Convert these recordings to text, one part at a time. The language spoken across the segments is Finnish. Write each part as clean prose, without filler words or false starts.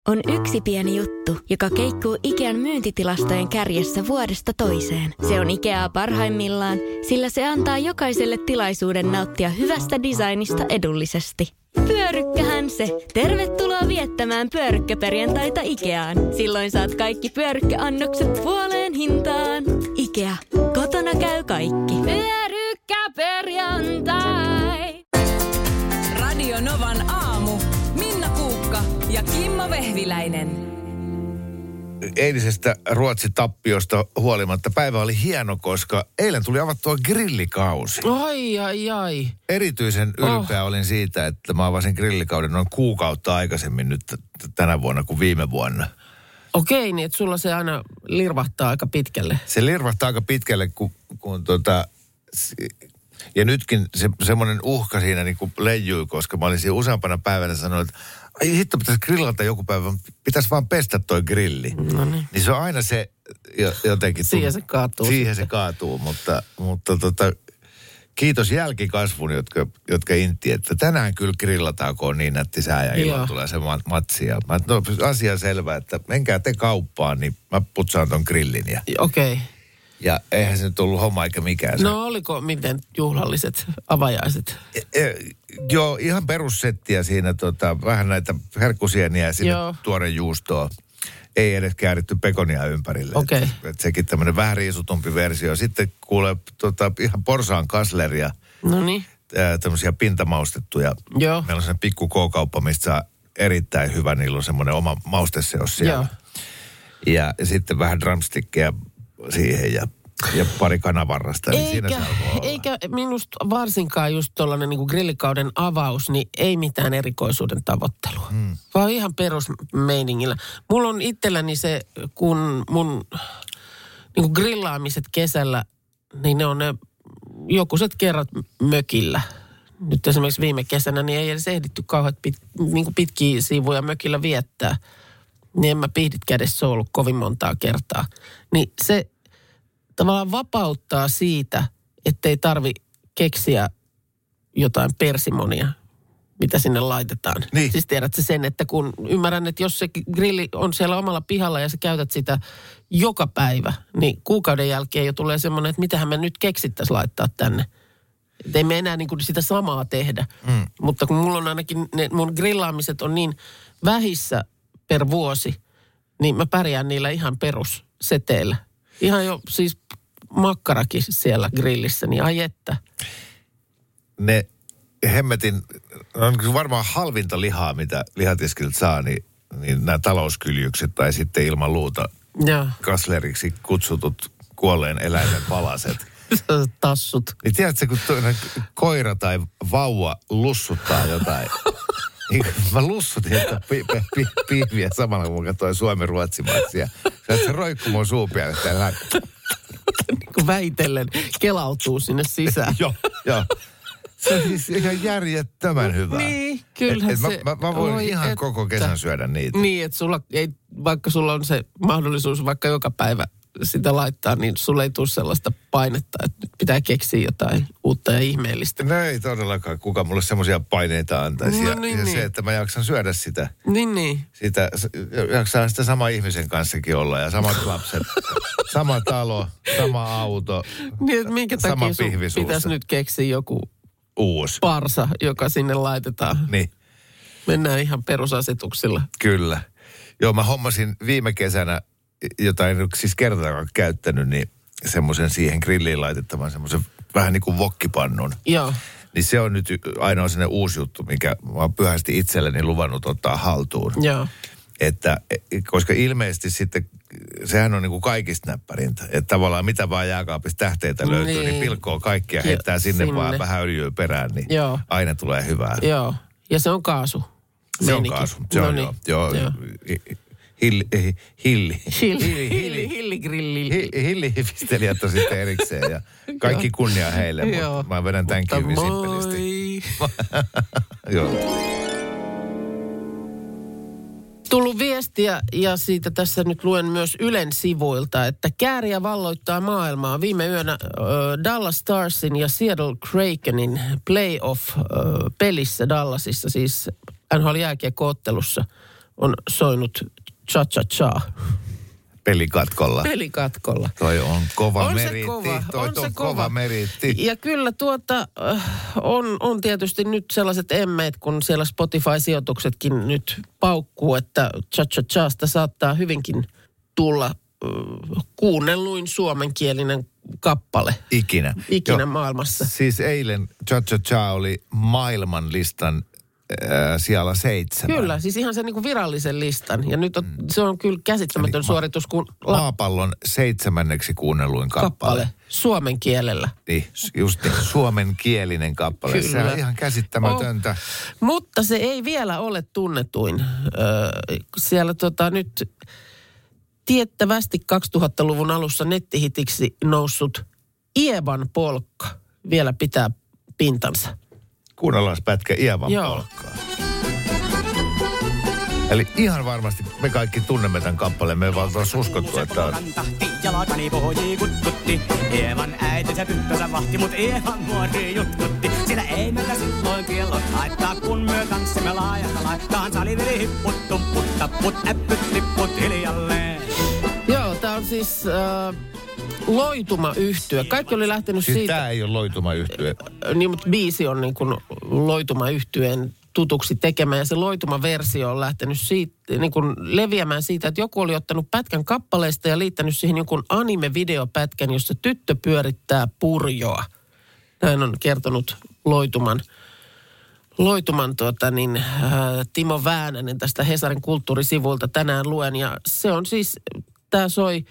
On yksi pieni juttu, joka keikkuu Ikean myyntitilastojen kärjessä vuodesta toiseen. Se on Ikeaa parhaimmillaan, sillä se antaa jokaiselle tilaisuuden nauttia hyvästä designista edullisesti. Pyörykkähän se! Tervetuloa viettämään pyörykkäperjantaita Ikeaan. Silloin saat kaikki pyörykkäannokset puoleen hintaan. Ikea. Kotona käy kaikki. Pyörykkäperjantai! Radio Novan aamu. Minna Kuukka ja Kimmo Vehviläinen. Eilisestä Ruotsi-tappiosta huolimatta päivä oli hieno, koska eilen tuli avattua grillikausi. Ai. Erityisen ylpeä olin siitä, että mä avasin grillikauden noin kuukautta aikaisemmin nyt tänä vuonna kuin viime vuonna. Okei, niin että sulla se aina lirvahtaa aika pitkälle. Se lirvahtaa aika pitkälle, ja nytkin semmoinen uhka siinä niin kuin leijui, koska mä olisin useampana päivänä sanonut, että ai hitto, pitäisi grillata joku päivä, pitäisi vaan pestä toi grilli. No niin. Niin se on aina se jotenkin... Siihen se kaatuu. Siihen se kaatuu, mutta kiitos jälkikasvun, jotka intti, että tänään kyllä grillataan, kun on niin nätti sää ja ilman tulee se matsi. Ja asia selvä, että menkää te kauppaan, niin mä putsaan ton grillin. Okei. Ja eihän se nyt ollut homma eikä mikään. No oliko miten juhlalliset avajaiset? Joo, ihan perussettiä siinä, vähän näitä herkkusieniä ja sinne tuorejuustoa. Ei edes kääritty pekonia ympärille. Okei. Et sekin tämmöinen vähän riisutumpi versio. Sitten kuulee ihan porsaan kasleria. Noniin. Tämmöisiä pintamaustettuja. Joo. Meillä on semmoinen pikku K-kauppa, mistä saa erittäin hyvä. Niillä on semmoinen oma mausteseos siellä. Joo. Ja sitten vähän drumstickeja siihen ja pari kanavarrasta, niin siinä se alkoi olla. Eikä minusta varsinkaan just tollainen niin kuin grillikauden avaus, niin ei mitään erikoisuuden tavoittelua. Vaan ihan perusmeiningillä. Mulla on itselläni se, kun mun niin kuin grillaamiset kesällä, niin ne on ne jokuset kerrat mökillä. Nyt esimerkiksi viime kesänä, niin ei edes ehditty kauhean niin pitkiä siivuja mökillä viettää. Niin en mä pihdit kädessä ollut kovin montaa kertaa. Niin se tavallaan vapauttaa siitä, ettei tarvi keksiä jotain persimonia, mitä sinne laitetaan. Niin. Siis tiedätkö sen, että kun ymmärrän, että jos se grilli on siellä omalla pihalla ja sä käytät sitä joka päivä, niin kuukauden jälkeen jo tulee semmoinen, että mitähän me nyt keksittäisiin laittaa tänne. Että ei me enää niin kuin sitä samaa tehdä. Mutta kun mulla on ainakin, mun grillaamiset on niin vähissä per vuosi, niin mä pärjään niillä ihan perusseteillä. Ihan jo siis makkarakin siellä grillissä, niin ai että. Ne hemmetin, on varmaan halvinta lihaa, mitä lihatiskiltä saa, niin nämä talouskyljykset tai sitten ilman luuta kasleriksi kutsutut kuolleen eläimen palaset. Tassut. Niin tiedätkö, kun koira tai vauva lussuttaa jotain. Mä lussutin, että pihviä samalla, kun katsoin Suomen-Ruotsi-matsia. Se roikkuu mun suupielessä. Niin kuin väitellen kelautuu sinne sisään. Joo. Se on siis ihan järjettömän hyvä. Niin, kyllähän se. Mä voin ihan koko kesän syödä niitä. Niin, että vaikka sulla on se mahdollisuus vaikka joka päivä sitä laittaa, niin sulle ei tule sellaista painetta, että nyt pitää keksiä jotain uutta ja ihmeellistä. No ei todellakaan. Kuka mulle semmoisia paineita antaisi. No niin. Se, että mä jaksan syödä sitä. Niin. Sitä, jaksaa sitä sama ihmisen kanssakin olla ja samat lapset. Sama talo, sama auto, niin, että minkä sama takia sun pitäisi nyt keksiä joku uusi parsa, joka sinne laitetaan. Niin. Mennään ihan perusasetuksilla. Kyllä. Joo, mä hommasin viime kesänä, jota en siis kertaakaan käyttänyt, niin semmoisen siihen grilliin laitettavan semmoisen vähän niin kuin wokkipannun. Joo. Niin se on nyt ainoa sellainen uusi juttu, mikä mä oon pyhästi itselleni luvannut ottaa haltuun. Joo. Että, koska ilmeisesti sitten, sehän on niin kuin kaikista näppärintä. Että tavallaan mitä vaan jääkaapista tähteitä löytyy, niin pilkkoo kaikkia, heittää sinne vaan vähän öljyä perään, niin aina tulee hyvää. Joo, ja se on kaasu. Se on kaasu, se on joo. Hilligrilli-hifistelijät on sitten erikseen ja kaikki kunnia heille, mutta mä vedän tämänkin hyvin simppelisti. Joo. Tullut viestiä ja siitä tässä nyt luen myös Ylen sivuilta, että kääriä valloittaa maailmaa. Viime yönä Dallas Starsin ja Seattle Krakenin playoff-pelissä Dallasissa, siis NHL-jääkiekko-ottelussa, on soinut cha-cha-cha. Pelikatkolla. Toi on kova meriitti. On se kova meriitti. Ja kyllä on tietysti nyt sellaiset emmeet, kun siellä Spotify-sijoituksetkin nyt paukkuu, että cha-cha-chasta saattaa hyvinkin tulla kuunnelluin suomenkielinen kappale. Ikinä maailmassa. Siis eilen cha-cha-cha oli maailmanlistan siellä 7. Kyllä, siis ihan sen niin virallisen listan. Ja nyt se on kyllä käsittämätön suoritus, kun... Maapallon 7. kuunnelluin kappale. Suomen kielellä. Niin, just niin, suomenkielinen kappale. Kyllä. Se on ihan käsittämätöntä. Mutta se ei vielä ole tunnetuin. Siellä nyt tiettävästi 2000-luvun alussa nettihitiksi noussut Ievan polkka vielä pitää pintansa. Kuunnellaan pätkä Ievan polkkaa. Eli ihan varmasti me kaikki tunnemme tämän kappaleen. Me ei vaan uskottu, että on... Jalkani pohjii kutkutti. Ievan äiti se tyttönsä vahti, mut Ievan nuori jutkutti. Sillä ei meitä silloin kiellot haittaa, kun myö tanssimme laajasta laittaan. Salivili hipput, tumpput, tapput, äppyt, lipput hiljalleen. Joo, tää on siis... Loituma-yhtye. Kaikki oli lähtenyt siis siitä... Tämä ei ole Loituma-yhtye. Niin, mutta biisi on niin kuin Loituma-yhtyeen tutuksi tekemään. Ja se Loituma-versio on lähtenyt siitä, niin kuin leviämään siitä, että joku oli ottanut pätkän kappaleesta ja liittänyt siihen jonkun anime-videopätkän, jossa tyttö pyörittää purjoa. Näin on kertonut Loituman Timo Väänänen tästä Hesarin kulttuurisivuilta tänään luen. Ja se on siis, tämä soi...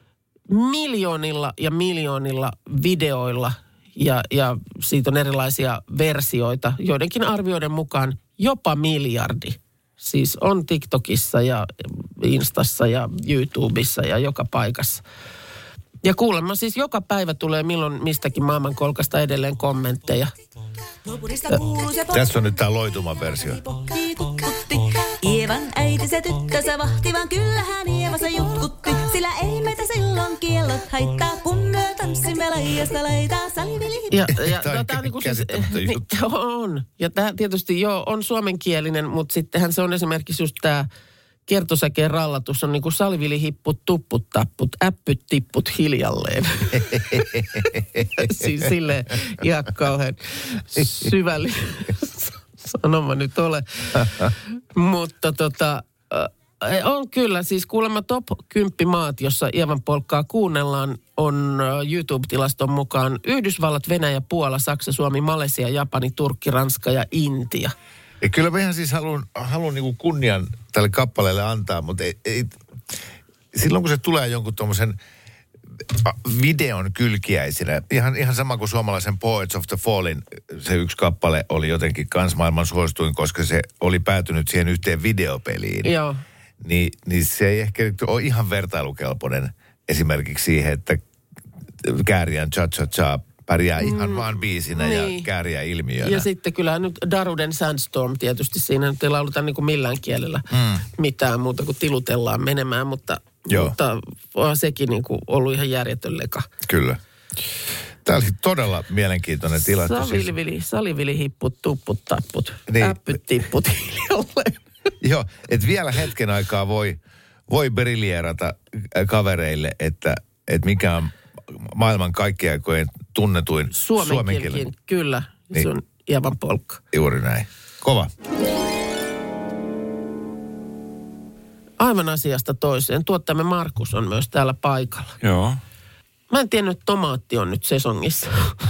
miljoonilla videoilla ja siitä on erilaisia versioita. Joidenkin arvioiden mukaan jopa miljardi. Siis on TikTokissa ja Instassa ja YouTubessa ja joka paikassa. Ja kuulemma siis joka päivä tulee milloin mistäkin maailmankolkasta edelleen kommentteja. Tässä on nyt tämä Loituma-versio. Ievan äiti se tyttönsä vahti, vaan kyllähän Ieva se jutkutti. Sillä ei meitä silloin kiellot haittaa, kun myö tanssimme laijasta laitaa salivili. Tämä on niinku käsittämätön juttu. On. Ja tämä tietysti on suomenkielinen, mutta sittenhän se on esimerkiksi just tämä kertosäkeen rallatus on niinku salivilihipput, tupput, tapput, äppyt, tipput hiljalleen. Siis silleen ihan kauhean syvällinen sanoma nyt ole. Mutta on kyllä siis kuulemma top 10 maat, jossa Ievan polkkaa kuunnellaan, on YouTube-tilaston mukaan Yhdysvallat, Venäjä, Puola, Saksa, Suomi, Malesia, Japani, Turkki, Ranska ja Intia. Ja kyllä mä ihan siis haluan niinku kunnian tälle kappaleelle antaa, mutta ei, silloin kun se tulee jonkun tommosen videon kylkiäisinä, ihan sama kuin suomalaisen Poets of the Fallin, se yksi kappale oli jotenkin kans maailman suosituin, koska se oli päätynyt siihen yhteen videopeliin. Joo. Niin se ei ehkä ole ihan vertailukelpoinen esimerkiksi siihen, että Kääriän cha-cha-cha pärjää ihan vaan biisinä niin. Ja Kääriä ilmiönä. Ja sitten kyllä nyt Daruden Sandstorm tietysti siinä nyt ei lauluta niin kuin millään kielellä mitään muuta kuin tilutellaan menemään, mutta on sekin niin kuin ollut ihan järjetön leka. Kyllä. Tämä oli todella mielenkiintoinen tilasto. Salivili, hipput, tupput, tapput, niin. Äppyt, tipput hiljalleen. Joo, että vielä hetken aikaa voi briljeerata kavereille, että mikä on maailman kaikkien aikojen tunnetuin suomenkielinen. Kyllä, niin. Se on Ievan polkka. Juuri näin. Kova. Aivan asiasta toiseen. Tuottajamme Markus on myös täällä paikalla. Joo. Mä en tiennyt, että tomaatti on nyt sesongissa.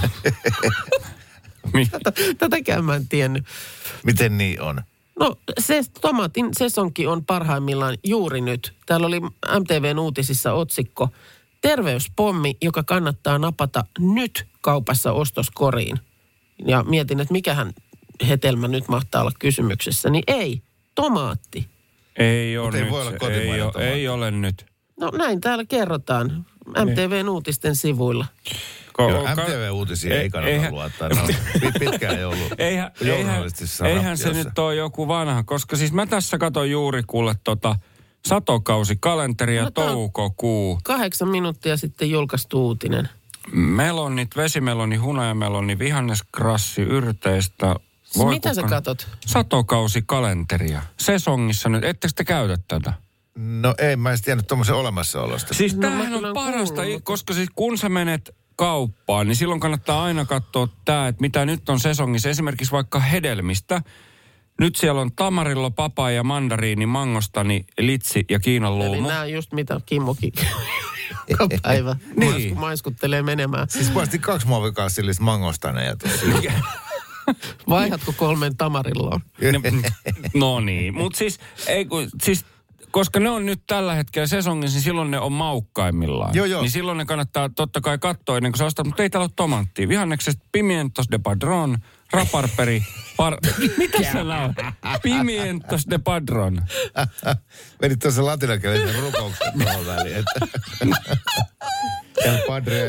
Tätäkään mä en tiennyt. Miten niin on? No tomaatin sesonki on parhaimmillaan juuri nyt. Täällä oli MTVn uutisissa otsikko terveyspommi, joka kannattaa napata nyt kaupassa ostoskoriin. Ja mietin, että mikähän hetelmä nyt mahtaa olla kysymyksessä. Niin ei, tomaatti. Ei ole nyt. Ei ole nyt. No näin täällä kerrotaan MTVn uutisten sivuilla. MTV-uutisia ei kannata luottaa. No, pitkään ei ollut eihän se nyt ole joku vanha, koska siis mä tässä katon juuri kuule satokausikalenteria toukokuu. 8 minuuttia sitten julkaistu uutinen. Melonit, vesimeloni, hunajameloni, vihanneskrassi, yrteistä, Mitä sä katot? Satokausikalenteria. Sesongissa nyt. Ettekö te käytä tätä? No ei, mä en tiennyt tommosen olemassaolosta. Siis tämähän on parasta, koska siis kun sä menet kauppaan, niin silloin kannattaa aina katsoa tää, että mitä nyt on sesongissa. Esimerkiksi vaikka hedelmistä. Nyt siellä on tamarillo, papaja, mandariini, mangostani, litsi ja kiinanluumu. Eli nämä just mitä Kimmokin joka päivä niin. Maiskuttelee menemään. Siis paasti 2 muovikassillista mangostaneja tuossa. Vaihatko 3 tamarilloon? No niin, mutta siis koska ne on nyt tällä hetkellä sesongissa, niin silloin ne on maukkaimmillaan. Joo. Niin silloin ne kannattaa totta kai katsoa ennen kuin sä ostat, mutta ei täällä ole tomaattia. Vihanneksesta pimientos de padron, raparperi, mitä sä näet? Pimientos de padron. Vedit tuossa latinakielisen rukouksen tuohon väliin, että... El padre.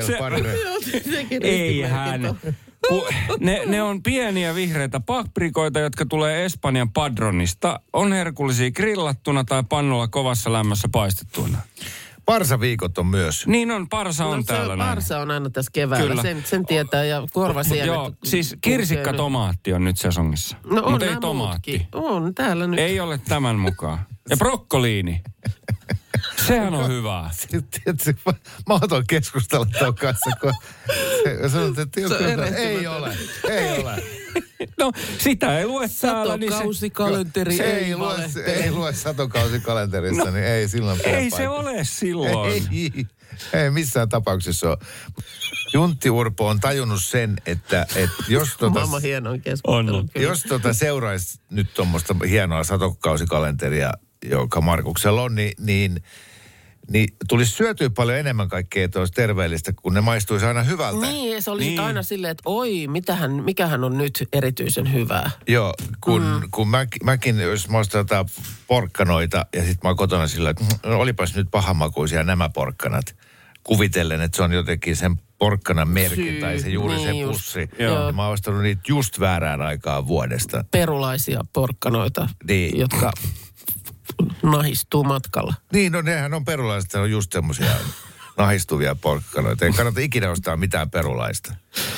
Eihän. Ne on pieniä vihreitä paprikoita, jotka tulee Espanjan padronista. On herkullisia grillattuna tai pannulla kovassa lämmössä paistettuina. Parsaviikot on myös. Niin on, parsa on täällä näin. Parsa on aina tässä keväällä, sen tietää ja korvasienet. Joo, siis kirsikkatomaatti on nyt sesongissa. No on mutta ei tomaatti. Muutkin. On täällä nyt. Ei ole tämän mukaan. Ja brokkoliini. Sehän on hyvää. Tietysti mahdoton keskustella tuon kanssa, kun sanot, että ei ole. No, sitä ei lue täällä. Satokausikalenteri ei lue satokausikalenterissa, niin ei silloin pidä ei se ole silloin. Ei missään tapauksessa ole. Juntti Urpo on tajunnut sen, että jos Maailman hienoin keskustelu. Jos seuraisi nyt tuommoista hienoa satokausikalenteria, joka Markuksella on, niin tulisi syötyä paljon enemmän kaikkea tuosta terveellistä, kun ne maistuisi aina hyvältä. Niin, se olisi aina silleen, että oi, mikähän on nyt erityisen hyvää. Joo, kun mäkin, jos mä ostan jotain porkkanoita ja sitten mä oon kotona sillä, että olipas nyt pahanmakuisia nämä porkkanat. Kuvitellen, että se on jotenkin sen porkkanan merkki tai se juuri se pussi. Joo. Mä oon ostanut niitä just väärään aikaan vuodesta. Perulaisia porkkanoita, niin. Jotka nahistuu matkalla. Niin, no nehän on perulaiset, ne on just semmoisia nahistuvia porkkanoita. Ei kannata ikinä ostaa mitään perulaista.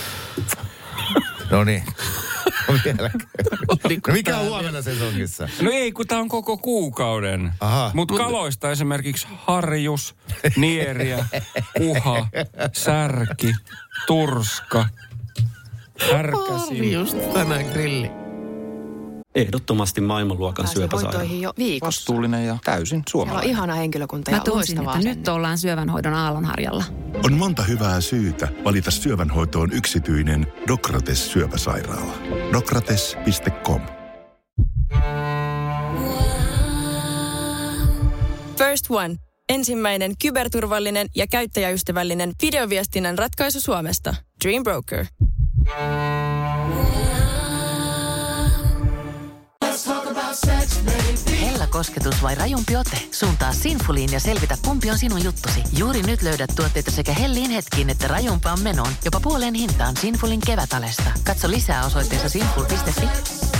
No niin. No mikä on huomenna sesongissa? No ei, kun tää on koko kuukauden. Mutta kaloista esimerkiksi harjus, nieriä, kuha, särki, turska, härkäsin. Oli just tänään grilli. Ehdottomasti maailmanluokan syöpäsairaala. Hoitoihin jo viikossa. Vastuullinen ja täysin suomalainen. Siellä on ihana henkilökunta ja loistavaa että nyt ollaan syövänhoidon aallonharjalla. On monta hyvää syytä valita syövänhoitoon yksityinen Docrates syöpäsairaala. Docrates.com. First One. Ensimmäinen kyberturvallinen ja käyttäjäystävällinen videoviestinnän ratkaisu Suomesta. Dream Broker. Hella kosketus vai rajumpi ote? Suuntaa Sinfuliin ja selvitä, kumpi on sinun juttusi. Juuri nyt löydät tuotteita sekä helliin hetkiin että rajumpaan menoon. Jopa puoleen hintaan Sinfulin kevätalesta. Katso lisää osoitteessa sinful.fi.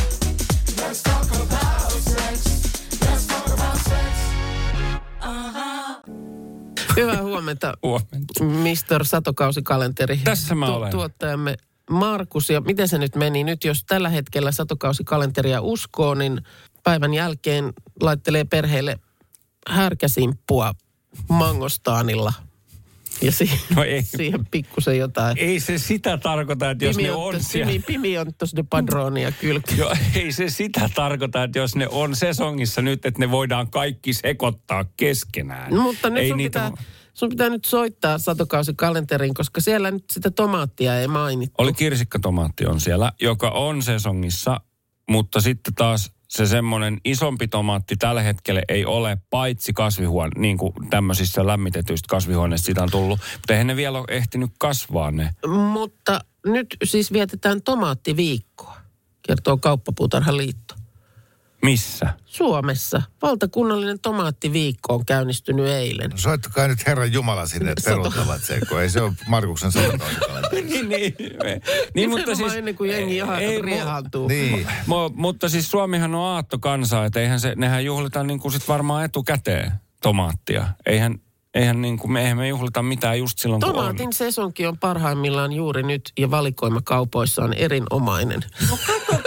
Hyvää huomenta. Mr. Satokausikalenteri. Tässä mä olen. Tuottajamme Markus, ja miten se nyt meni? Nyt jos tällä hetkellä satokausikalenteria uskoo, niin päivän jälkeen laittelee perheelle härkäsimppua mangostaanilla. Ja siihen pikkusen jotain. Ei se sitä tarkoita, että jos ne on siellä. Pimientos de padronia kylkeä. Joo, ei se sitä tarkoita, että jos ne on sesongissa nyt, että ne voidaan kaikki sekoittaa keskenään. No, mutta nyt sun pitää nyt soittaa satokausikalenteriin, koska siellä nyt sitä tomaattia ei mainittu. Oli kirsikkatomaatti on siellä, joka on sesongissa, mutta sitten taas se semmoinen isompi tomaatti tällä hetkellä ei ole, paitsi niin kuin tämmöisissä lämmitetyistä kasvihuoneista siitä on tullut. Mutta eihän ne vielä ole ehtinyt kasvaa ne. Mutta nyt siis vietetään tomaattiviikkoa, kertoo Kauppapuutarhaliitto. Missä? Suomessa. Valtakunnallinen tomaattiviikko on käynnistynyt eilen. No soittakaa nyt Herran Jumala sinne, että peruuttavat sen, kun ei se ole Markuksen satokausikalenteri. niin, mutta siis ennen kuin jengi riehaantuu. Niin. Mutta siis Suomihan on aattokansa, että nehän juhlitaan niin kuin sit varmaan etukäteen tomaattia. Eihän me juhlita mitään just silloin, kun on. Tomaatin sesonki on parhaimmillaan juuri nyt ja valikoima kaupoissa on erinomainen. No kato,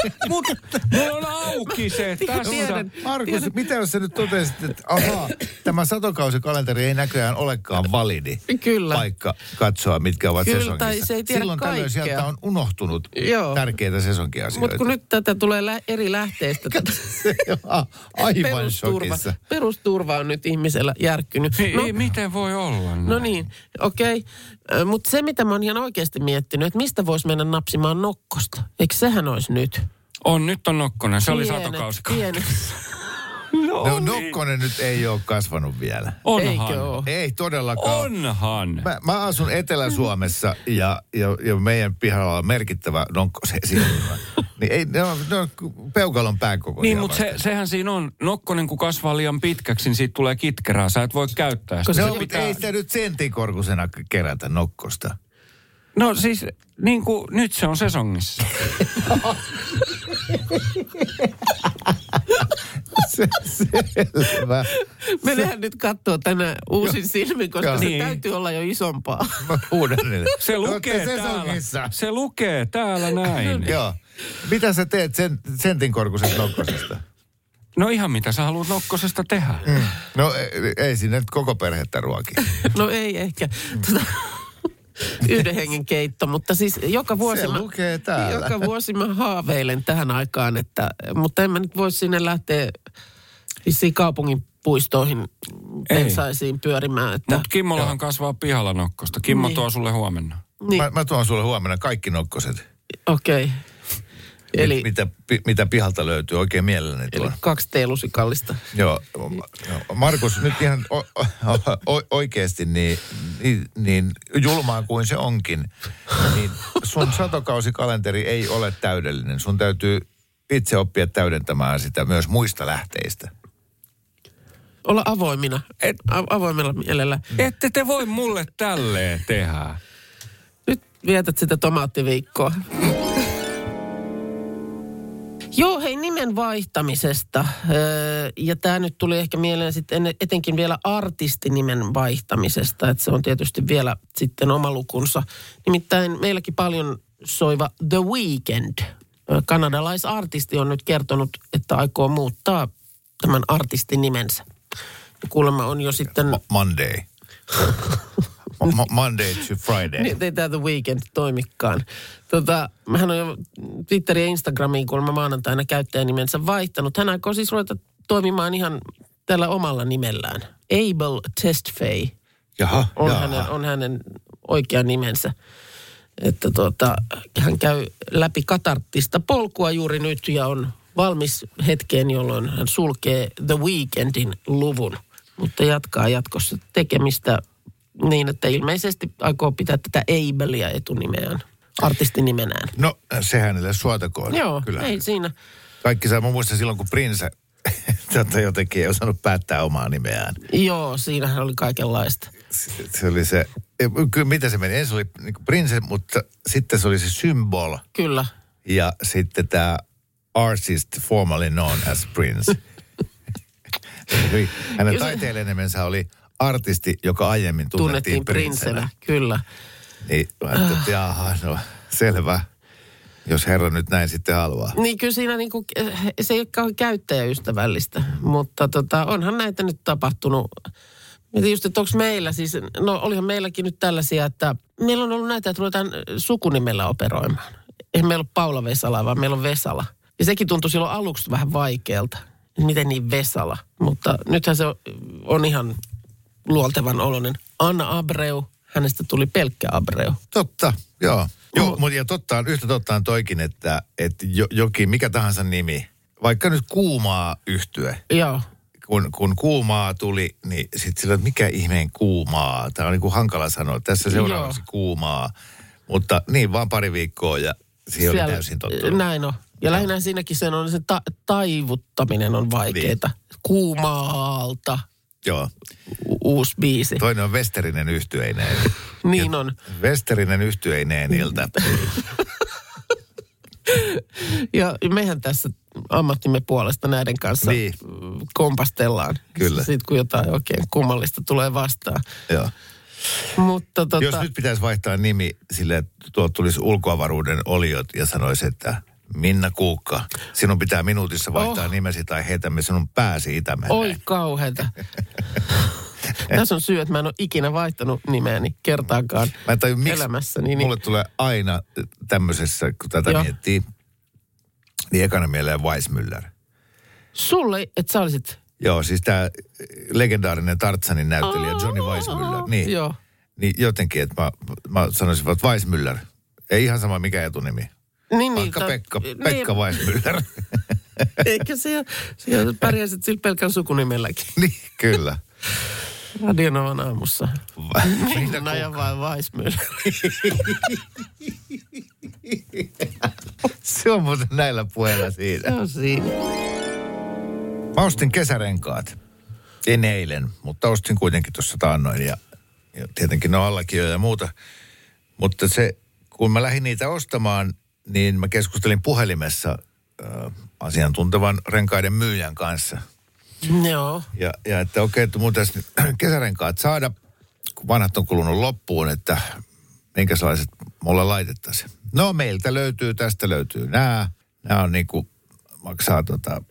Mutta mulla on auki se tässä. Markus, mitä jos sä nyt totesit, että tämä satokausikalenteri ei näköjään olekaan validi paikka katsoa, mitkä ovat sesonkissa. Se ei tiedä silloin kaikkea. tällöin sieltä on unohtunut tärkeitä sesonkiasioita. Mutta kun nyt tätä tulee eri lähteistä. Aivan shokissa. Perusturva on nyt ihmisellä järkkynyt. Ei, miten voi olla näin? No niin, okei. Mutta se, mitä mä oon ihan oikeasti miettinyt, että mistä voisi mennä napsimaan nokkosta? Eikö sehän olisi nyt? Nyt on nokkonen. Se oli satokausi. No, nokkonen nyt ei ole kasvanut vielä. Onhan. Ei todellakaan. Onhan. Mä asun Etelä-Suomessa ja meidän pihalla on merkittävä nokkosesilmä. Niin ei, ne on peukalon pääkokoisia. Niin, mutta sehän siinä on. Nokkonen kun kasvaa liian pitkäksi, niin siitä tulee kitkerää. Sä et voi käyttää sitä. No, mutta ei sitä nyt senttikorkusena kerätä nokkosta. No siis, niin kuin nyt se on sesongissa. Selvä. Mennään nyt katsoa tänään uusin silmin, koska se täytyy olla jo isompaa. Se lukee täällä. Se lukee täällä näin. Joo. Mitä sä teet sentin korkuisesta nokkosesta? No ihan mitä sä haluat nokkosesta tehdä. No ei sinne nyt koko perhettä ruoki. No ei ehkä. Yhden hengen keitto, mutta siis joka vuosi mä haaveilen tähän aikaan, mutta en mä nyt voi sinne lähteä vissiin kaupungin puistoihin pensaisiin pyörimään. Mutta Kimmollahan kasvaa pihalla nokkosta. Kimmo tuo sulle huomenna. Niin. Mä tuon sulle huomenna kaikki nokkoset. Okei. Eli mitä pihalta löytyy, oikein mielelläni tuon. Eli 2 teelusikallista. Joo. Markus, nyt ihan oikeasti niin julmaa kuin se onkin, niin sun satokausikalenteri ei ole täydellinen. Sun täytyy itse oppia täydentämään sitä myös muista lähteistä. Olla avoimina. Avoimella mielellä. Ette te voi mulle tälleen tehdä. Nyt vietät sitä tomaattiviikkoa. Joo, hei, nimen vaihtamisesta. Ja tämä nyt tuli ehkä mieleen sitten etenkin vielä artistinimen vaihtamisesta, että se on tietysti vielä sitten oma lukunsa. Nimittäin meilläkin paljon soiva The Weeknd, kanadalaisartisti, on nyt kertonut, että aikoo muuttaa tämän artistin nimensä. Ja kuulemma on jo sitten... Monday. Monday to Friday. Niin, ei tämä The Weeknd toimikaan. Hän on jo Twitteriin ja Instagramiin kuulemma maanantaina käyttäjänimensä vaihtanut. Hän aikoo siis ruveta toimimaan ihan tällä omalla nimellään. Abel Tesfaye on hänen oikea nimensä. Että hän käy läpi katarttista polkua juuri nyt ja on valmis hetkeen, jolloin hän sulkee The Weekndin luvun. Mutta jatkaa jatkossa tekemistä niin, että ilmeisesti aikoo pitää tätä Abelia etunimeään, artistinimenään. No, se hänelle suotakoon. Joo, kyllä. Ei siinä. Kaikki saa, mä muistan silloin, kun Prince jotenkin ei osannut päättää omaa nimeään. Joo, siinähän oli kaikenlaista. Se oli se, kyllä mitä se meni? Ensin oli niin kuin Prince, mutta sitten se oli se Symbol. Kyllä. Ja sitten tämä artist formerly known as Prince. Hänen taiteilijanimensä oli artisti, joka aiemmin tunnettiin Princenä. Kyllä. Niin, että jaha, no selvä. Jos herra nyt näin sitten haluaa. Niin kyllä siinä niinku, se ei ole kauhean käyttäjäystävällistä, mutta onhan näitä nyt tapahtunut. Mietin just, että onko meillä siis, no olihan meilläkin nyt tällaisia, että meillä on ollut näitä, että ruvetaan sukunimellä operoimaan. Eihän meillä ole Paula Vesala, vaan meillä on Vesala. Ja sekin tuntui silloin aluksi vähän vaikealta. Miten niin Vesala? Mutta nythän se on ihan luoltevan oloinen. Anna Abreu, hänestä tuli pelkkä Abreu. Totta, joo. Joo, mutta ja yhtä totta on toikin, että jokin, mikä tahansa nimi, vaikka nyt Kuumaa yhtye. Joo. Kun Kuumaa tuli, niin sitten sillä, että mikä ihmeen Kuumaa? Tämä on niin kuin hankala sanoa. Tässä seuraavaksi Kuumaa. Mutta niin vaan pari viikkoa ja siihen oli täysin tottunut. Näin on. Ja lähinnä siinäkin se taivuttaminen on vaikeaa. Niin. Kuumaalta. Joo. Uusi biisi. Toinen on Westerinen yhtyeineen. Niin on. Westerinen yhtyeineeniltä. Ja mehän tässä ammattimme puolesta näiden kanssa kompastellaan. Kyllä. Sitten kun jotain oikein kummallista tulee vastaan. Joo. Mutta jos nyt pitäisi vaihtaa nimi sille, että tuolta tulisi ulkoavaruuden oliot ja sanoisi, että Minna Kuukka, sinun pitää minuutissa vaihtaa nimesi tai heitämme sinun pääsi Itämereen. Oi kauheeta. Tässä on syy, että mä en ole ikinä vaihtanut nimeäni kertaakaan elämässäni. Mulle tulee aina tämmöisessä, kun tätä miettii, niin ekana mieleen Weissmuller. Sulle, että sä olisit... Joo, siis tämä legendaarinen Tartsanin näyttelijä Johnny Weissmuller. Niin, joo. Niin jotenkin, että mä sanoisin, että Weissmuller. Ei ihan sama mikä etunimi. Vaikka Pekka Weissmuller. Eikä se pärjäisit sillä pelkän sukunimelläkin. Niin, kyllä. Radio Novan aamussa. Minna ja vai Weissmuller. Se on muuten näillä puheilla siinä. Se on siinä. Mä ostin kesärenkaat. En eilen, mutta ostin kuitenkin tuossa taannoin ja tietenkin ne on allakin jo ja muuta. Mutta se, kun mä lähdin niitä ostamaan, niin mä keskustelin puhelimessa asiantuntevan renkaiden myyjän kanssa. Joo. Ja että okei, että mun tässä kesärenkaat saada, kun vanhat on kulunut loppuun, että minkälaiset mulle laitettaisiin. No meiltä löytyy, tästä löytyy nämä. Nämä on niinku, maksaa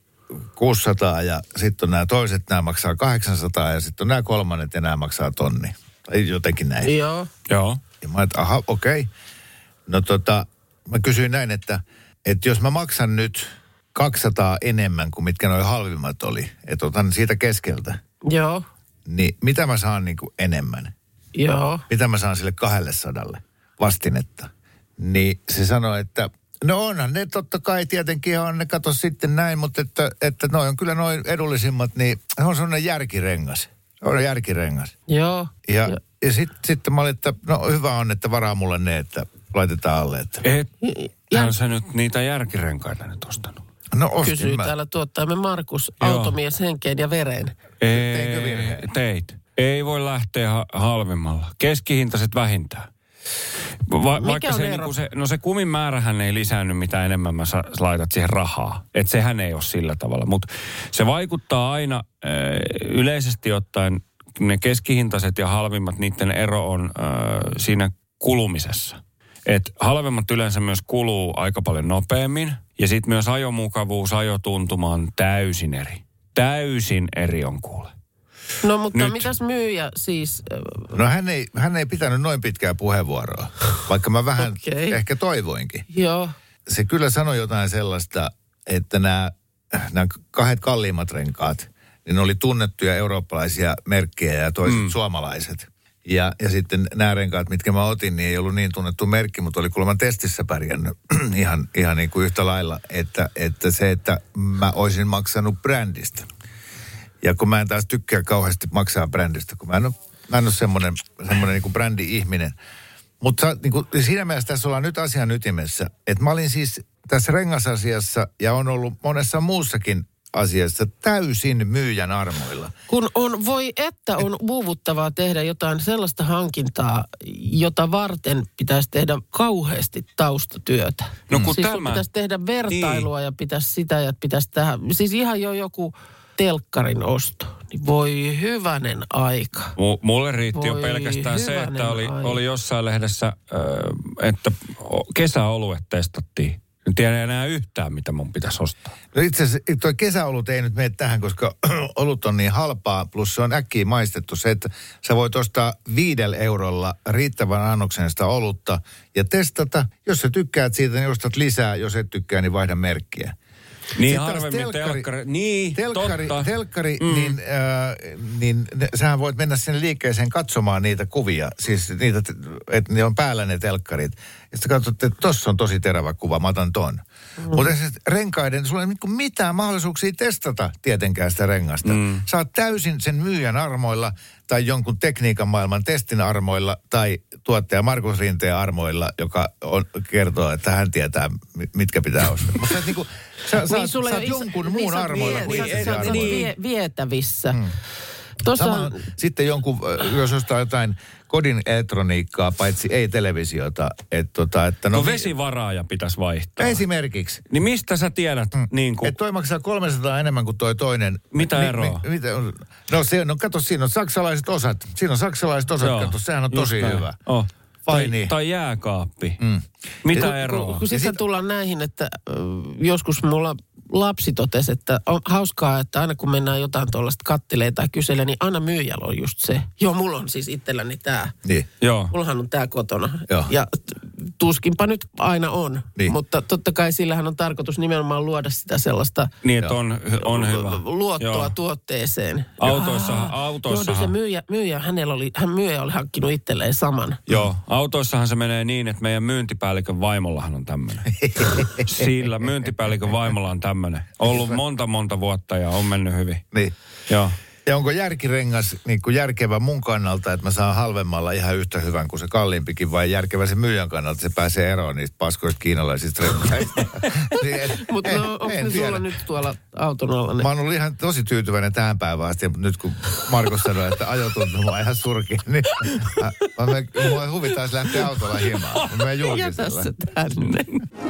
600 ja sitten on nämä toiset, nämä maksaa 800 ja sitten on nämä kolmannet ja nämä maksaa 1 000. Tai jotenkin näin. Joo. Ja mä ajattelin, aha, okei. No mä kysyin näin, että jos mä maksan nyt 200 enemmän kuin mitkä noi halvimmat oli, että otan siitä keskeltä. Joo. Niin mitä mä saan niinku enemmän? Joo. Mitä mä saan sille 200 vastinetta? Niin se sanoi, että no onhan ne totta kai tietenkin on ne, kato sitten näin, mutta että noi on kyllä noin edullisimmat, niin on sellainen järkirengas. On järkirengas. Joo. Ja sitten mä olin, että no hyvä on, että varaa mulle ne, että laitetaan alle. Että. Ethän sä nyt niitä järkirenkaita nyt ostanut. No ostin kysyy täällä tuottajamme Markus, automies henkeen ja vereen. Teit. Ei voi lähteä halvemmalla. Keskihintaiset vähintään. Vaikka se, niin se kumin määrähän ei lisäänny, mitä enemmän mä laitat siihen rahaa. Että sehän ei ole sillä tavalla. Mutta se vaikuttaa aina yleisesti ottaen, ne keskihintaiset ja halvimmat, niiden ero on siinä kulumisessa. Et halvemmat yleensä myös kuluu aika paljon nopeammin. Ja sitten myös ajomukavuus, ajotuntuma on täysin eri. Täysin eri on kuule. No mutta mitäs myyjä siis? No hän ei pitänyt noin pitkää puheenvuoroa, vaikka mä vähän ehkä toivoinkin. Joo. Se kyllä sanoi jotain sellaista, että nämä 2 kalliimmat renkaat, niin ne oli tunnettuja eurooppalaisia merkkejä ja toiset suomalaiset. Ja sitten nämä renkaat, mitkä mä otin, niin ei ollut niin tunnettu merkki, mutta oli kuulemma testissä pärjännyt ihan niin kuin yhtä lailla, että se, että mä olisin maksanut brändistä. Ja kun mä en taas tykkää kauheasti maksaa brändistä, kun mä en ole semmoinen niin kuin brändi-ihminen. Mutta niin kuin, siinä mielessä tässä ollaan nyt asian ytimessä, että mä olin siis tässä rengasasiassa ja on ollut monessa muussakin asiassa täysin myyjän armoilla. Kun on uuvuttavaa tehdä jotain sellaista hankintaa, jota varten pitäisi tehdä kauheasti taustatyötä. No kun siis pitäisi tehdä vertailua ja pitäisi sitä ja pitäisi tehdä, siis ihan jo joku telkkarin osto. Niin voi hyvänen aika. Mulle riitti jo pelkästään se, että oli jossain lehdessä, että kesäoluet testattiin. En tiedä enää yhtään, mitä mun pitäisi ostaa. No itse asiassa toi kesäolut ei nyt mene tähän, koska olut on niin halpaa, plus se on äkkiä maistettu se, että sä voit ostaa 5 eurolla riittävän annoksen sitä olutta ja testata. Jos sä tykkäät siitä, niin ostat lisää. Jos et tykkää, niin vaihda merkkiä. Niin harvemmin telkkari. Niin, telkkari niin sähän voit mennä sinne liikkeeseen katsomaan niitä kuvia. Siis niitä, että ne on päällä ne telkkarit. Ja sitten katsot, että tossa on tosi terävä kuva, mä otan ton. Mutta siis renkaiden, sulla ei ole mitään mahdollisuuksia testata tietenkään sitä rengasta. Sä oot täysin sen myyjän armoilla tai jonkun tekniikan maailman testin armoilla tai tuottaja Markus Rinteen armoilla, joka kertoo, että hän tietää, mitkä pitää ostaa. Mutta niinku, sä oot jonkun muun armoilla kuin itse armoilla. Vietävissä. Sitten jonkun, jos ostaa jotain kodin elektroniikkaa, paitsi ei televisiota. No vesivaraaja pitäisi vaihtaa. Esimerkiksi. Niin mistä sä tiedät? Niin kuin... Että toi maksaa 300 enemmän kuin toi toinen. Mitä eroa? Kato, siinä on saksalaiset osat. Kato, sehän on tosi hyvä. Tai jääkaappi. Mitä eroa? Kun sitten tullaan näihin, että joskus mulla lapsi totesi, että on hauskaa, että aina kun mennään jotain tuollaista kattelee tai kyselee, niin aina myyjällä on just se. Joo, mulla on siis itselläni tää. Niin. Joo. Mullahan on tää kotona. Joo. Ja tuskinpa nyt aina on. Niin. Mutta totta kai sillähän on tarkoitus nimenomaan luoda sitä sellaista Niin, että on hyvä. Luottoa Joo. tuotteeseen. Autoissa. Se myyjä oli hankkinut itselleen saman. Joo, autoissahan se menee niin, että meidän myyntipäällikön vaimollahan on tämmöinen. Sillä myyntipäällikön vaimolla on tämmöinen. Ollut monta vuotta ja on mennyt hyvin. Niin. Joo. Ja onko järkirengas niin kuin järkevä mun kannalta, että mä saan halvemmalla ihan yhtä hyvän kuin se kalliimpikin, vai järkevä se myyjän kannalta, että se pääsee eroon niistä paskoista kiinalaisista renkaista? Mutta onko ne sulla nyt tuolla auton alla? Mä oon ollut ihan tosi tyytyväinen tähän päivään asti, mutta nyt kun Markus sanoi, että ajotuntuma on ihan surki, niin mua huvittaisi lähteä autolla himaan. Mä menen julkisella. Jätä se tänne.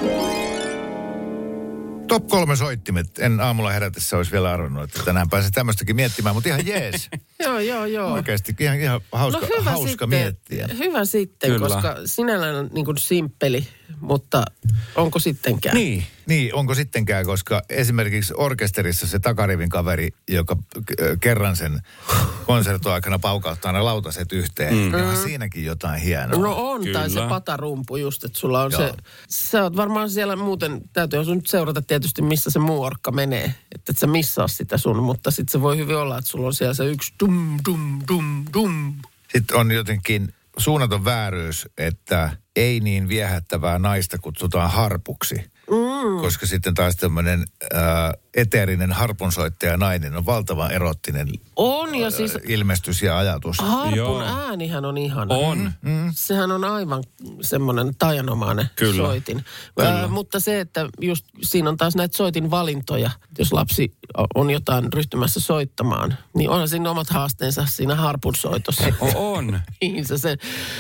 Top 3 soittimet. En aamulla herätessä olisi vielä arvannut, että tänään pääsee tämmöistäkin miettimään, mutta ihan jees. Joo. Oikeasti ihan hauska miettiä. Hyvä sitten, kyllä. Koska sinällään on niin kuin simppeli, mutta onko sittenkään? Niin, onko sittenkään, koska esimerkiksi orkesterissa se takarivin kaveri, joka kerran sen konsertoaikana paukauttaa ne lautaset yhteen, niin on siinäkin jotain hienoa. No on, kyllä. Tai se patarumpu just, että sulla on se, sä oot varmaan siellä muuten, täytyy sun nyt seurata tietysti, missä se muu orkka menee, että et sä missaa sitä sun, mutta sitten se voi hyvin olla, että sulla on siellä se yksi dum. Sitten on jotenkin suunnaton vääryys, että ei niin viehättävää naista kutsutaan harpuksi. Koska sitten taas tämmöinen eteerinen harpunsoittaja nainen on valtavan erottinen ja siis ilmestys ja ajatus. Harpun äänihän on ihana. On. Sehän on aivan semmoinen taianomainen soitin. Mutta se, että just siinä on taas näitä soitin valintoja. Jos lapsi on jotain ryhtymässä soittamaan, niin onhan siinä omat haasteensa siinä harpun soitossa. On. Niin se.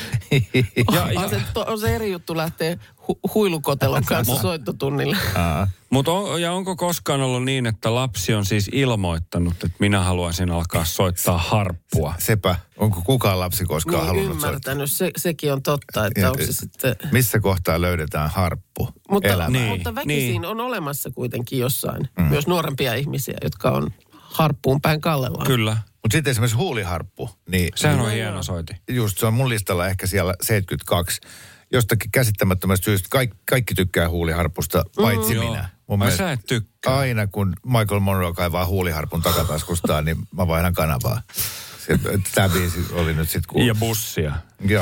On se eri juttu lähteä huilukotelon kanssa soittotunnille. Mutta onko koskaan ollut niin, että lapsi on siis ilmoittanut, että minä haluaisin alkaa soittaa harppua? Sepä. Onko kukaan lapsi koskaan halunnut ymmärtänyt. Sekin on totta, että onko se sitten... Missä kohtaa löydetään harppu elämään? Mutta väkisin on olemassa kuitenkin jossain myös nuorempia ihmisiä, jotka on harppuun päin kallellaan. Kyllä. Mutta sitten esimerkiksi huuliharppu. Niin, sehän on hieno soiti. Just, se on mun listalla ehkä siellä 72. Jostakin käsittämättömästä syystä kaikki tykkää huuliharpusta, paitsi minä. Sä et tykkää. Aina kun Michael Monroe kaivaa huuliharpun takataskustaan, niin mä vaihdan kanavaa. Tämä biisi oli nyt sitten kuullut. Ja bussia.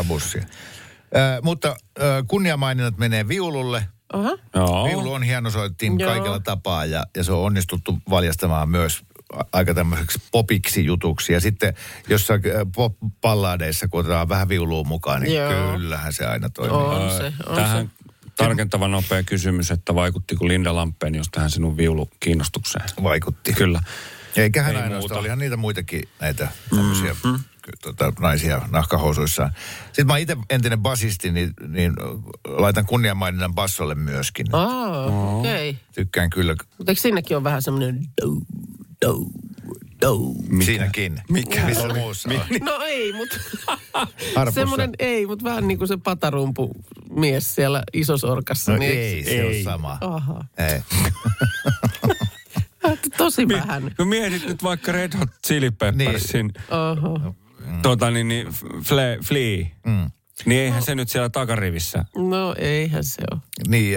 Mutta kunniamaininnat menee viululle. Viulu on hieno soittin kaikella tapaa ja se on onnistuttu valjastamaan myös aika tämmöiseksi popiksi jutuksi. Ja sitten jossain pop-balladeissa, kun otetaan vähän viulua mukaan, niin kyllähän se aina toimii. Tähän tarkentava nopea kysymys, että vaikuttiko Linda Lampeen just tähän sinun viulukiinnostukseen? Vaikutti. Kyllä. Eiköhän ainoastaan, olihan niitä muitakin näitä tämmöisiä naisia nahkahousuissaan. Sitten mä itse entinen basisti, niin laitan kunniamaininnan bassolle myöskin. Okei. Tykkään kyllä. Mutta eikö sinnekin ole vähän semmoinen Siinäkin. Mikä? Missä muussa on? No ei, mutta semmoinen mutta vähän niin kuin se patarumpu mies siellä isosorkassa. No niin ei, se on sama. Aha. Ei. Tosi vähän. No mietit nyt vaikka Red Hot Chili Peppersin Flea. Niin eihän se nyt siellä takarivissä. No eihän se ole. Niin,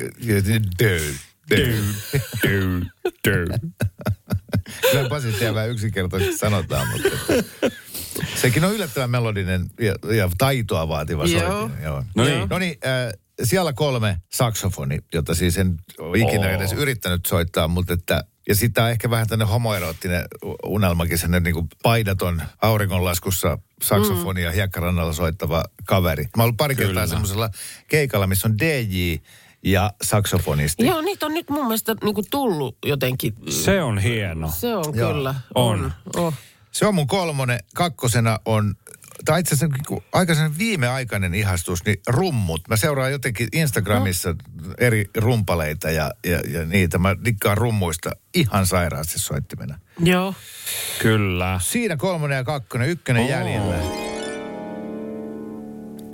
Kyllä basistia vähän yksinkertaisesti sanotaan, mutta sekin on yllättävän melodinen ja taitoa vaativa soitin. Joo. No niin, siellä 3 saksofoni, jota siis en ole ikinä edes yrittänyt soittaa, mutta että ja sitä on ehkä vähän tämmöinen homoeroottinen unelmakin, sellainen niin kuin paidaton auringonlaskussa saksofoni ja hiekkarannalla soittava kaveri. Mä oon ollut pari kertaa semmoisella keikalla, missä on DJ ja saksofonisti. Joo, niitä on nyt mun mielestä niin kuin tullut jotenkin. Se on hieno. Se on kyllä. On. Se on mun 3. 2 on, tai itse asiassa aikaisen viimeaikainen ihastus, niin rummut. Mä seuraan jotenkin Instagramissa eri rumpaleita ja niitä. Mä dikkaan rummuista ihan sairaasti soittimena. Joo. Kyllä. Siinä 3 ja 2, 1 jäljellä.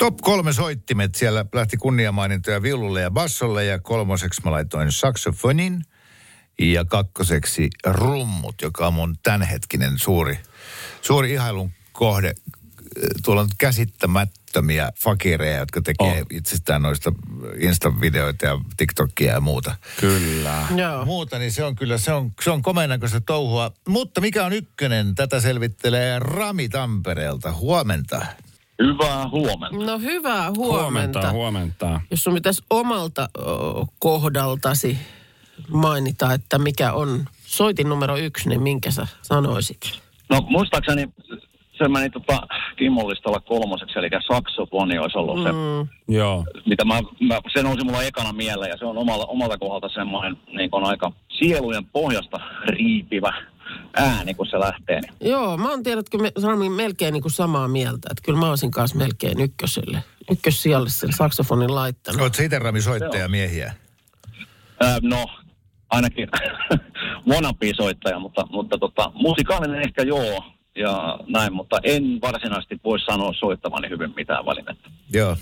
Top 3 soittimet. Siellä lähti kunniamainintoja viululle ja bassolle ja 3. mä laitoin saksofonin ja 2. rummut, joka on mun tämänhetkinen suuri ihailun kohde. Tuolla on käsittämättömiä fakireja, jotka tekee itsestään noista Insta-videoita ja TikTokia ja muuta. Kyllä. Joo. Muuta, niin se on kyllä, se on komeenäköistä touhua. Mutta mikä on ykkönen? Tätä selvittelee Rami Tampereelta. Huomenta. Hyvää huomenta. No hyvää huomenta. Huomenta. Jos sun pitäisi omalta kohdaltasi mainita, että mikä on soitin numero 1, niin minkä sä sanoisit? No muistaakseni se meni Kimmon listalla 3, eli saksofoni olisi ollut se, Joo. mitä se nousi mulla ekana mieleen, ja se on omalta kohdalta semmoinen niin kuin aika sielujen pohjasta riipivä ääni, kun se lähtee. Niin. Joo, mä oon tiedätkö Rami melkein niin kuin samaa mieltä, että kyllä mä olisin kanssa melkein ykkössijalle sen saksofonin laittanut. Oot sä itse Rami soittajamiehiä? No, ainakin wannabe-soittaja, mutta musikaalinen ehkä joo. Ja näin, mutta en varsinaisesti voi sanoa soittavani hyvin mitään välinettä. Joo.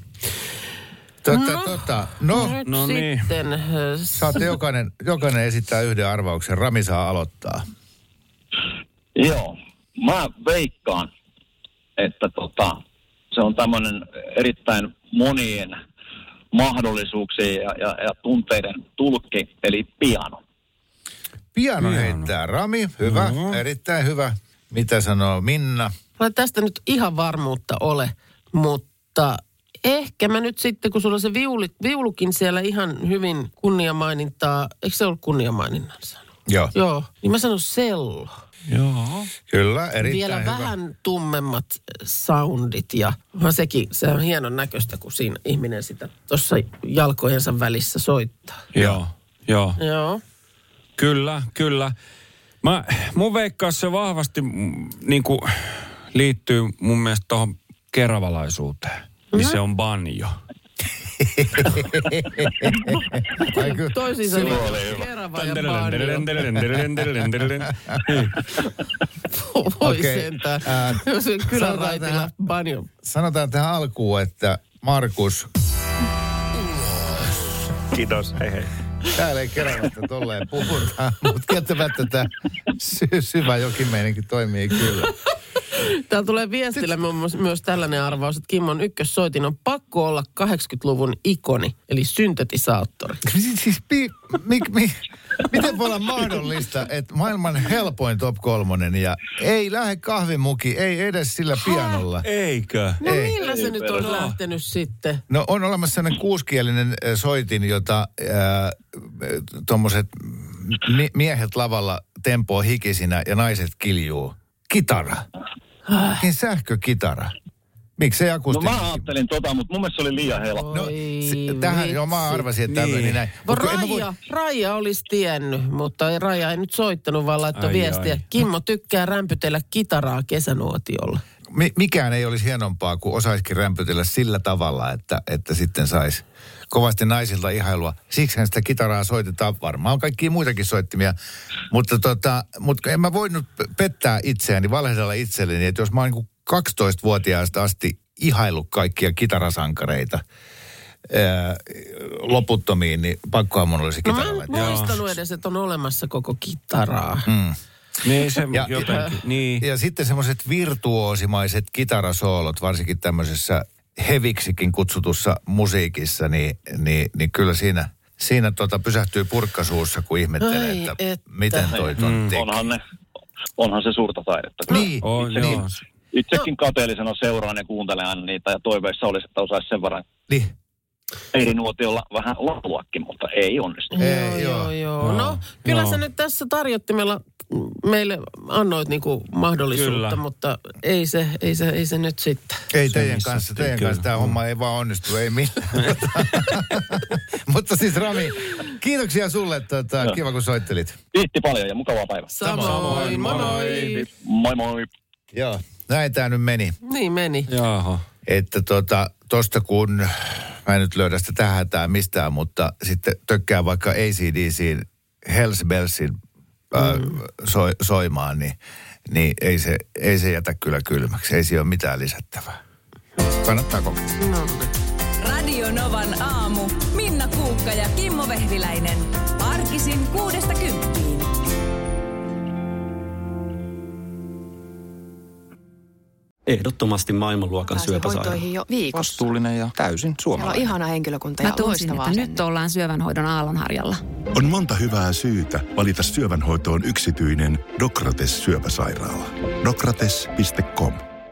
No niin. Sitten. Saatte jokainen esittää yhden arvauksen. Rami saa aloittaa. Joo. Mä veikkaan, että se on tämmöinen erittäin monien mahdollisuuksien ja tunteiden tulkki, eli piano. Piano heittää Rami. Hyvä, erittäin hyvä. Mitä sanoo Minna? Mulla ei tästä nyt ihan varmuutta ole, mutta ehkä mä nyt sitten, kun sulla on se viulukin siellä ihan hyvin kunniamainintaa, eikö se ollut kunniamaininnan sano? Joo, niin mä sanon cello. Joo. Kyllä, erittäin vielä hyvä. vähän tummemmat soundit ja se on hienon näköistä, kun siinä ihminen sitä tuossa jalkojensa välissä soittaa. Joo. Kyllä. Mun veikkaus se vahvasti niin liittyy mun mielestä tuohon keravalaisuuteen. Niin se on banjo. Toisin sanoen Kerava ja banjo. Voi sentään. Kyllä raitilla banjo. Sanotaan tähän alkuun, että Markus. Kiitos, hei. Täällä ei Keravasta tolleen puhutaan, mutta kieltämättä tämä syvä jokimeininkin toimii kyllä. Täällä tulee viestillä myös tällainen arvaus, että Kimmon ykkössoitin on pakko olla 80-luvun ikoni, eli syntetisaattori. Siis miten voi olla mahdollista, että maailman helpoin top 3 ja ei lähde kahvimuki, ei edes sillä pianolla. Eikö? No millä se nyt on lähtenyt sitten? No on olemassa sellainen 6-kielinen soitin, jota tuommoiset miehet lavalla tempoo hikisinä ja naiset kiljuu. Kitara. Sähkökitara. Miksei akustiikki? No mä ajattelin mutta mun mielestä se oli liian helppo. No, tähän mä arvasin, että tämmöinen näin. Raija olisi tiennyt, mutta Raija ei nyt soittanut, vaan laittoi viestiä. Kimmo tykkää rämpytellä kitaraa kesänuotiolla. Mikään ei olisi hienompaa, kuin osaisikin rämpytellä sillä tavalla, että sitten saisi kovasti naisilta ihailua. Siksihän sitä kitaraa soitetaan varmaan kaikkia muitakin soittimia. Mutta en mä voinut pettää itseäni, valehdella itselleni, että jos mä oon niin 12-vuotiaasta asti ihaillut kaikkia kitarasankareita loputtomiin, niin pakkohan mun olisi kitaralla. No mä en muistanut edes, että on olemassa koko kitaraa. Niin se jotenkin. Niin. Ja sitten semmoiset virtuoosimaiset kitarasoolot, varsinkin tämmöisessä heviksikin kutsutussa musiikissa, niin kyllä siinä pysähtyy purkkasuussa, kun ihmettelee, että miten toi ton teki. Onhan se suurta taidetta. Niin. Itsekin kateellisena seuraan ja kuuntelen niitä ja toiveissa olisi, että osaisi sen verran eri nuotiolla vähän lauluakin, mutta ei onnistu. Joo. No, kyllä sä nyt tässä tarjottimella meille annoit niinku mahdollisuutta, kyllä. Mutta ei se nyt sitten. Ei teidän kanssa tämä homma ei vaan onnistu, ei millään. Mutta siis Rami, kiitoksia sulle, kiva kun soittelit. Kiitti paljon ja mukavaa päivää. Samoin, moi. Moi. Joo, näin tämä nyt meni. Niin meni. Jaha. Että tosta kun, mä en nyt löydä sitä tähän hätään mistään, mutta sitten tökkää vaikka AC/DC:n Hells Bellsin soimaan, niin ei se jätä kyllä kylmäksi. Ei siinä ole mitään lisättävää. Kannattaa kokeilla. No. Radio Novan aamu. Minna Kuukka ja Kimmo Vehviläinen. Arkisin 6–10. Ehdottomasti maailmanluokan syöpäsairaala. Hoitoihin jo viikossa. Vastuullinen ja täysin suomalainen. Siellä on ihana henkilökunta ja Mä tunsin, että loistavaa nyt ollaan syövänhoidon aallonharjalla. On monta hyvää syytä valita syövänhoitoon yksityinen Docrates syöpäsairaala. Docrates.com.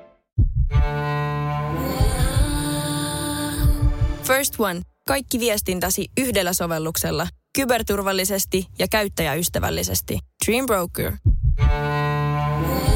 First One. Kaikki viestintäsi yhdellä sovelluksella. Kyberturvallisesti ja käyttäjäystävällisesti. Dream Broker.